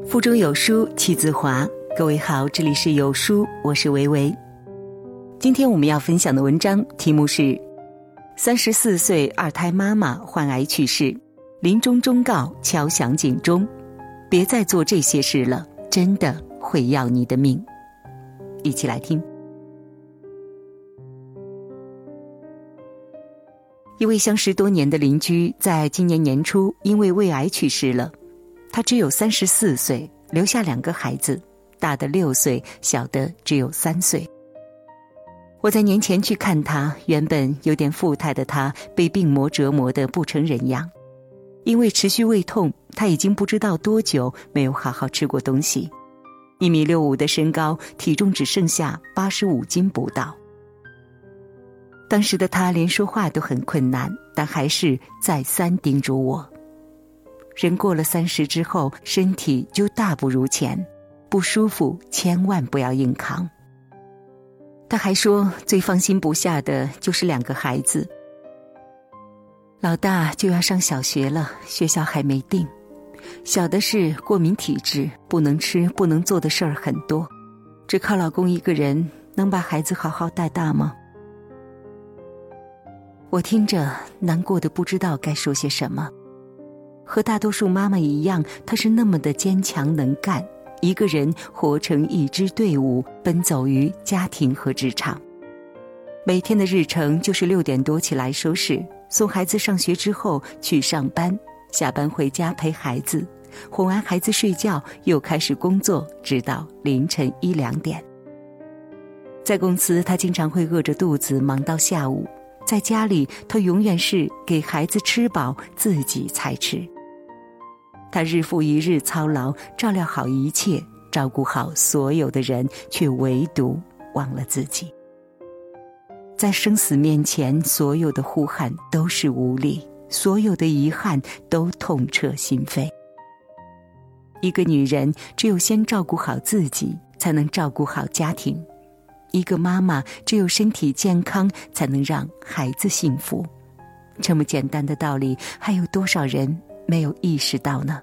腹中有书气自华。各位好，这里是有书，我是维维。今天我们要分享的文章题目是34岁二胎妈妈患癌去世，临终忠告敲响警钟，别再做这些事了，真的会要你的命。一起来听。一位相识多年的邻居在今年年初因为胃癌去世了，他只有34岁，留下2个孩子，大的6岁，小的只有3岁。我在年前去看他，原本有点富态的他被病魔折磨得不成人样。因为持续胃痛，他已经不知道多久没有好好吃过东西。1.65米的身高，体重只剩下85斤不到。当时的他连说话都很困难，但还是再三叮嘱我，人过了30之后，身体就大不如前，不舒服千万不要硬扛。他还说最放心不下的就是2个孩子，老大就要上小学了，学校还没定，小的是过敏体质，不能吃不能做的事儿很多，只靠老公一个人能把孩子好好带大吗？我听着难过的不知道该说些什么。和大多数妈妈一样，她是那么的坚强能干，一个人活成一支队伍，奔走于家庭和职场。每天的日程就是6点多起来收拾，送孩子上学之后去上班，下班回家陪孩子，哄完孩子睡觉又开始工作，直到凌晨1、2点。在公司她经常会饿着肚子忙到下午，在家里她永远是给孩子吃饱自己才吃。她日复一日操劳，照料好一切，照顾好所有的人，却唯独忘了自己。在生死面前，所有的呼喊都是无力，所有的遗憾都痛彻心扉。一个女人只有先照顾好自己，才能照顾好家庭。一个妈妈只有身体健康，才能让孩子幸福。这么简单的道理，还有多少人没有意识到呢？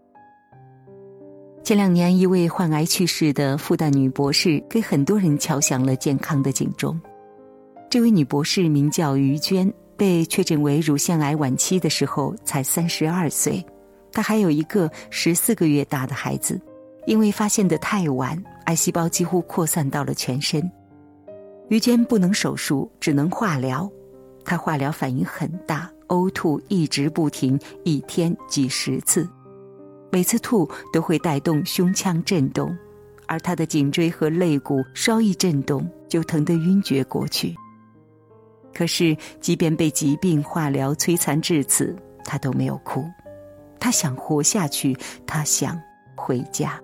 前2年，一位患癌去世的复旦女博士给很多人敲响了健康的警钟。这位女博士名叫于娟，被确诊为乳腺癌晚期的时候才32岁，她还有一个14个月大的孩子。因为发现得太晚，癌细胞几乎扩散到了全身。于娟不能手术，只能化疗。她化疗反应很大，呕吐一直不停，一天几10次，每次吐都会带动胸腔震动，而她的颈椎和肋骨稍一震动就疼得晕厥过去。可是即便被疾病化疗摧残至此，她都没有哭。她想活下去，她想回家。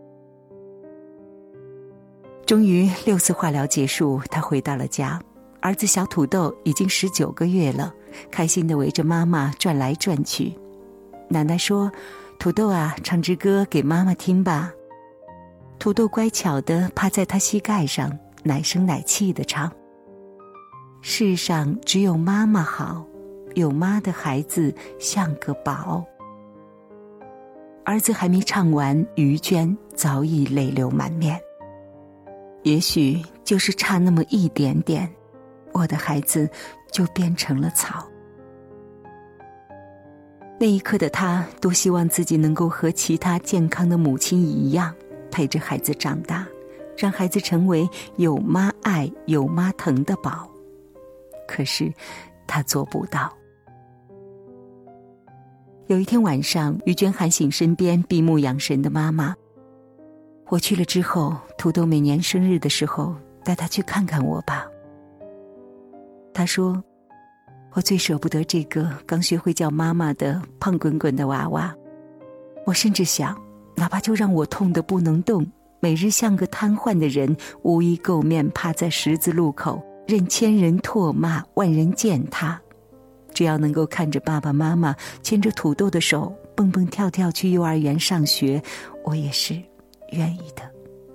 终于6次化疗结束，她回到了家。儿子小土豆已经19个月了，开心地围着妈妈转来转去。奶奶说，土豆啊，唱支歌给妈妈听吧。土豆乖巧地趴在她膝盖上，奶声奶气地唱，世上只有妈妈好，有妈的孩子像个宝。儿子还没唱完，于娟早已泪流满面。也许就是差那么一点点，我的孩子就变成了草。那一刻的她多希望自己能够和其他健康的母亲一样，陪着孩子长大，让孩子成为有妈爱有妈疼的宝。可是她做不到。有一天晚上，于娟喊醒身边闭目养神的妈妈，我去了之后，土豆每年生日的时候带他去看看我吧。他说，我最舍不得这个刚学会叫妈妈的胖滚滚的娃娃。我甚至想，哪怕就让我痛得不能动，每日像个瘫痪的人，无衣垢面趴在十字路口，任千人唾骂万人践踏，只要能够看着爸爸妈妈牵着土豆的手蹦蹦跳跳去幼儿园上学，我也是愿意的。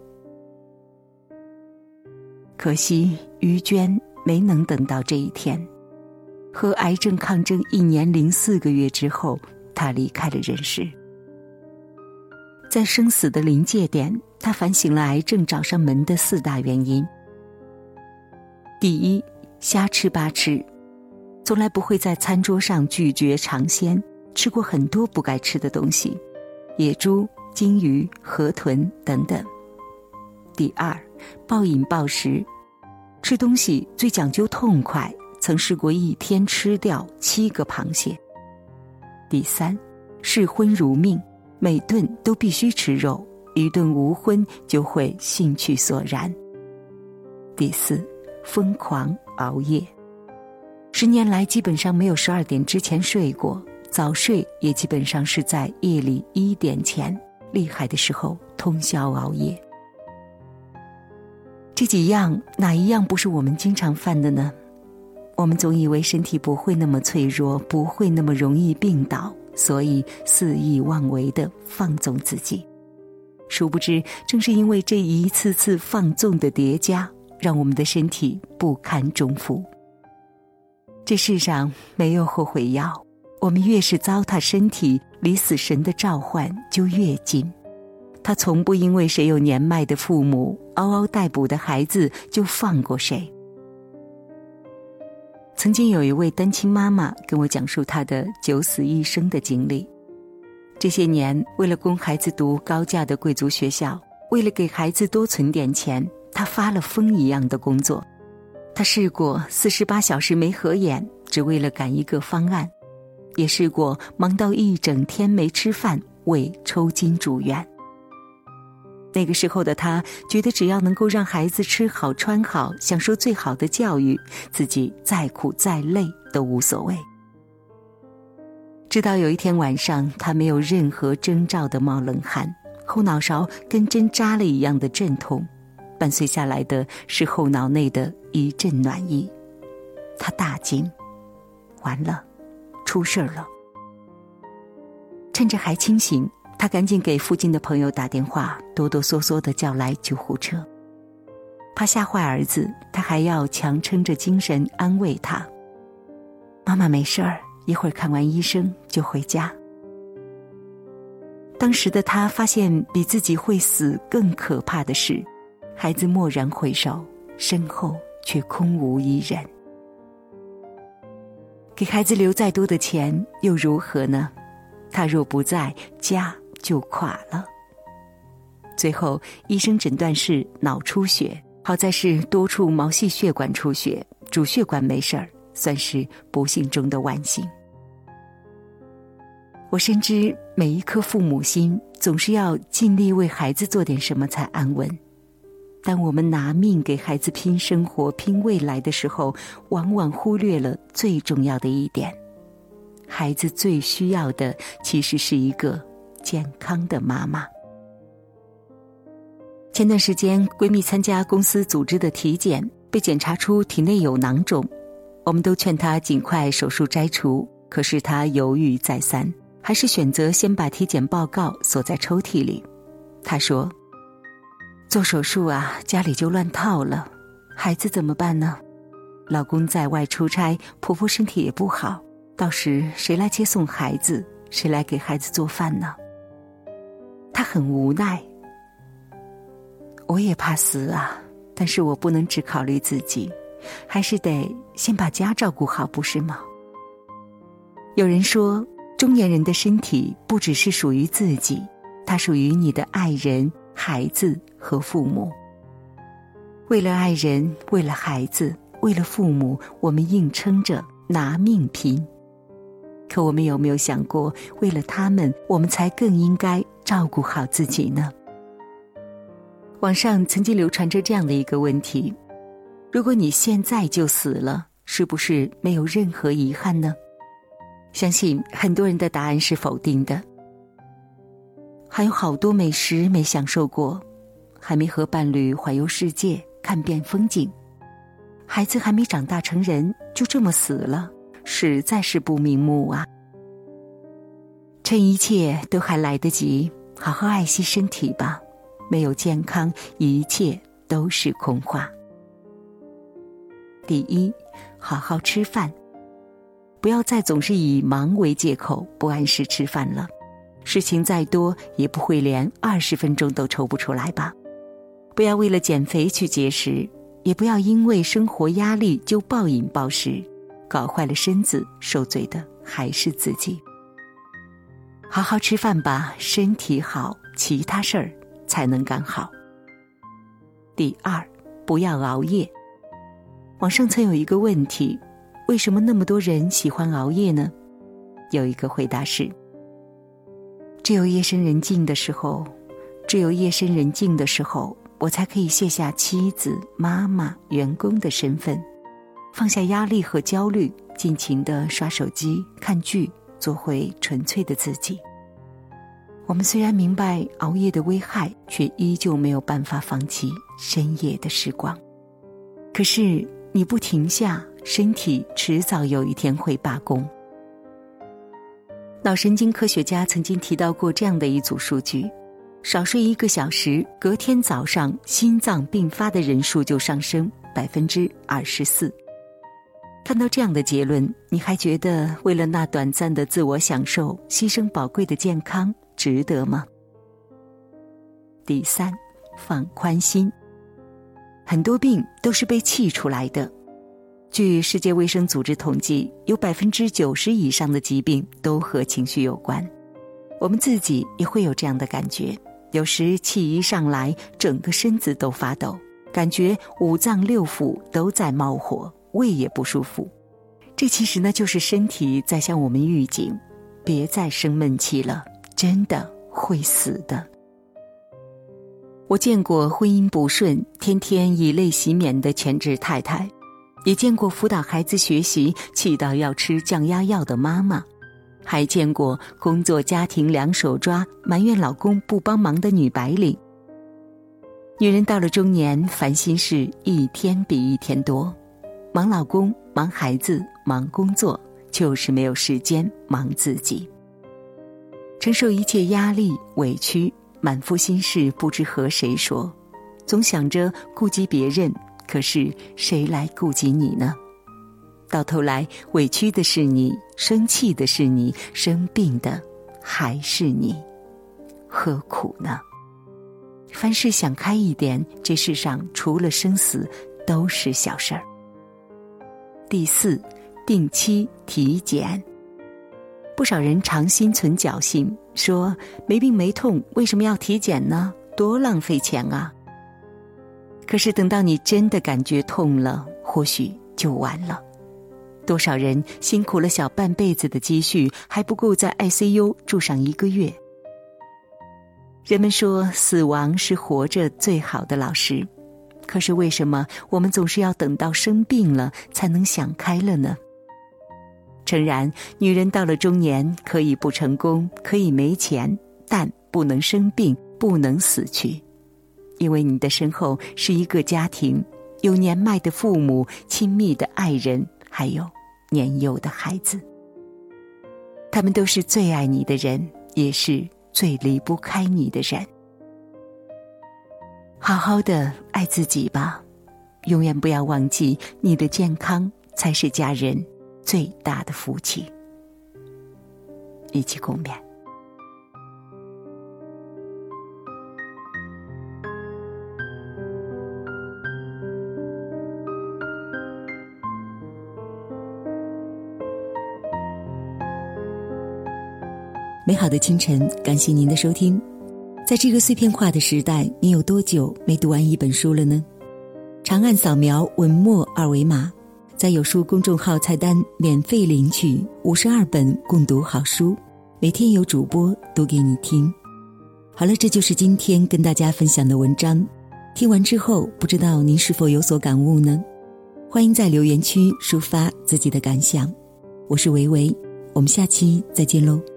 可惜于娟没能等到这一天，和癌症抗争1年04个月之后，她离开了人世。 在生死的临界点，他反省了癌症找上门的4大原因。第一，瞎吃八吃，从来不会在餐桌上拒绝尝鲜，吃过很多不该吃的东西，野猪、金鱼、河豚等等。第二，暴饮暴食，吃东西最讲究痛快，曾试过一天吃掉7个螃蟹。第三，视荤如命，每顿都必须吃肉，一顿无荤就会兴趣索然。第四，疯狂熬夜，10年来基本上没有12点之前睡过，早睡也基本上是在夜里1点前，厉害的时候通宵熬夜。这几样哪一样不是我们经常犯的呢？我们总以为身体不会那么脆弱，不会那么容易病倒，所以肆意妄为地放纵自己。殊不知，正是因为这一次次放纵的叠加，让我们的身体不堪重负。这世上没有后悔药，我们越是糟蹋身体，离死神的召唤就越近。他从不因为谁有年迈的父母，嗷嗷待哺的孩子就放过谁。曾经有一位单亲妈妈跟我讲述她的9死1生的经历。这些年，为了供孩子读高价的贵族学校，为了给孩子多存点钱，她发了疯一样的工作。她试过48小时没合眼，只为了赶一个方案，也试过忙到一整天没吃饭，为抽筋住院。那个时候的他觉得只要能够让孩子吃好穿好，享受最好的教育，自己再苦再累都无所谓。直到有一天晚上，他没有任何征兆的冒冷汗，后脑勺跟针扎了一样的阵痛，伴随下来的是后脑内的一阵暖意。他大惊，完了，出事了。趁着还清醒，他赶紧给附近的朋友打电话，哆哆嗦嗦地叫来救护车。怕吓坏儿子，他还要强撑着精神安慰他：妈妈没事儿，一会儿看完医生就回家。当时的他发现比自己会死更可怕的是，孩子蓦然回首，身后却空无一人。给孩子留再多的钱又如何呢？他若不在，家就垮了。最后医生诊断是脑出血，好在是多处毛细血管出血，主血管没事儿，算是不幸中的万幸。我深知每一颗父母心总是要尽力为孩子做点什么才安稳，但我们拿命给孩子拼生活拼未来的时候，往往忽略了最重要的一点，孩子最需要的其实是一个健康的妈妈。前段时间闺蜜参加公司组织的体检，被检查出体内有囊肿，我们都劝她尽快手术摘除，可是她犹豫再三，还是选择先把体检报告锁在抽屉里。她说，做手术啊，家里就乱套了，孩子怎么办呢？老公在外出差，婆婆身体也不好，到时谁来接送孩子，谁来给孩子做饭呢？她很无奈。我也怕死啊，但是我不能只考虑自己，还是得先把家照顾好，不是吗？有人说，中年人的身体不只是属于自己，它属于你的爱人、孩子和父母。为了爱人，为了孩子，为了父母，我们硬撑着拿命拼。可我们有没有想过，为了他们，我们才更应该照顾好自己呢？网上曾经流传着这样的一个问题：如果你现在就死了，是不是没有任何遗憾呢？相信很多人的答案是否定的。还有好多美食没享受过，还没和伴侣环游世界看遍风景，孩子还没长大成人就这么死了，实在是不瞑目啊。趁一切都还来得及，好好爱惜身体吧，没有健康，一切都是空话。第一，好好吃饭，不要再总是以忙为借口不按时吃饭了。 事情再多也不会连20分钟都抽不出来吧。不要为了减肥去节食，也不要因为生活压力就暴饮暴食，搞坏了身子，受罪的还是自己。好好吃饭吧，身体好，其他事儿才能干好。第二，不要熬夜。网上曾有一个问题，为什么那么多人喜欢熬夜呢？有一个回答是，只有夜深人静的时候，我才可以卸下妻子、妈妈、员工的身份，放下压力和焦虑，尽情地刷手机、看剧，做回纯粹的自己。我们虽然明白熬夜的危害，却依旧没有办法放弃深夜的时光。可是你不停下，身体迟早有一天会罢工。脑神经科学家曾经提到过这样的一组数据，少睡1个小时，隔天早上心脏病发的人数就上升24%。看到这样的结论，你还觉得为了那短暂的自我享受，牺牲宝贵的健康，值得吗？第三，放宽心。很多病都是被气出来的。据世界卫生组织统计，有90%以上的疾病都和情绪有关。我们自己也会有这样的感觉，有时气一上来，整个身子都发抖，感觉5脏6腑都在冒火，胃也不舒服。这其实呢，就是身体在向我们预警，别再生闷气了，真的会死的。我见过婚姻不顺，天天以泪洗面的全职太太，也见过辅导孩子学习气到要吃降压药的妈妈，还见过工作家庭两手抓，埋怨老公不帮忙的女白领。女人到了中年，烦心事一天比一天多，忙老公，忙孩子，忙工作，就是没有时间忙自己。承受一切压力委屈，满腹心事不知和谁说，总想着顾及别人，可是谁来顾及你呢？到头来委屈的是你，生气的是你，生病的还是你，何苦呢？凡事想开一点，这世上除了生死都是小事儿。第四，定期体检。不少人常心存侥幸，说没病没痛为什么要体检呢？多浪费钱啊！可是等到你真的感觉痛了，或许就晚了。多少人辛苦了小半辈子的积蓄，还不够在 ICU 住上1个月。人们说死亡是活着最好的老师，可是为什么我们总是要等到生病了才能想开了呢？诚然，女人到了中年，可以不成功，可以没钱，但不能生病，不能死去。因为你的身后是一个家庭，有年迈的父母，亲密的爱人，还有年幼的孩子。他们都是最爱你的人，也是最离不开你的人。好好的爱自己吧，永远不要忘记，你的健康才是家人最大的福气。一起共勉。美好的清晨，感谢您的收听。在这个碎片化的时代，你有多久没读完一本书了呢？长按扫描文末2维码，在有书公众号菜单免费领取52本共读好书，每天有主播读给你听。好了，这就是今天跟大家分享的文章。听完之后，不知道您是否有所感悟呢？欢迎在留言区抒发自己的感想。我是维维，我们下期再见喽。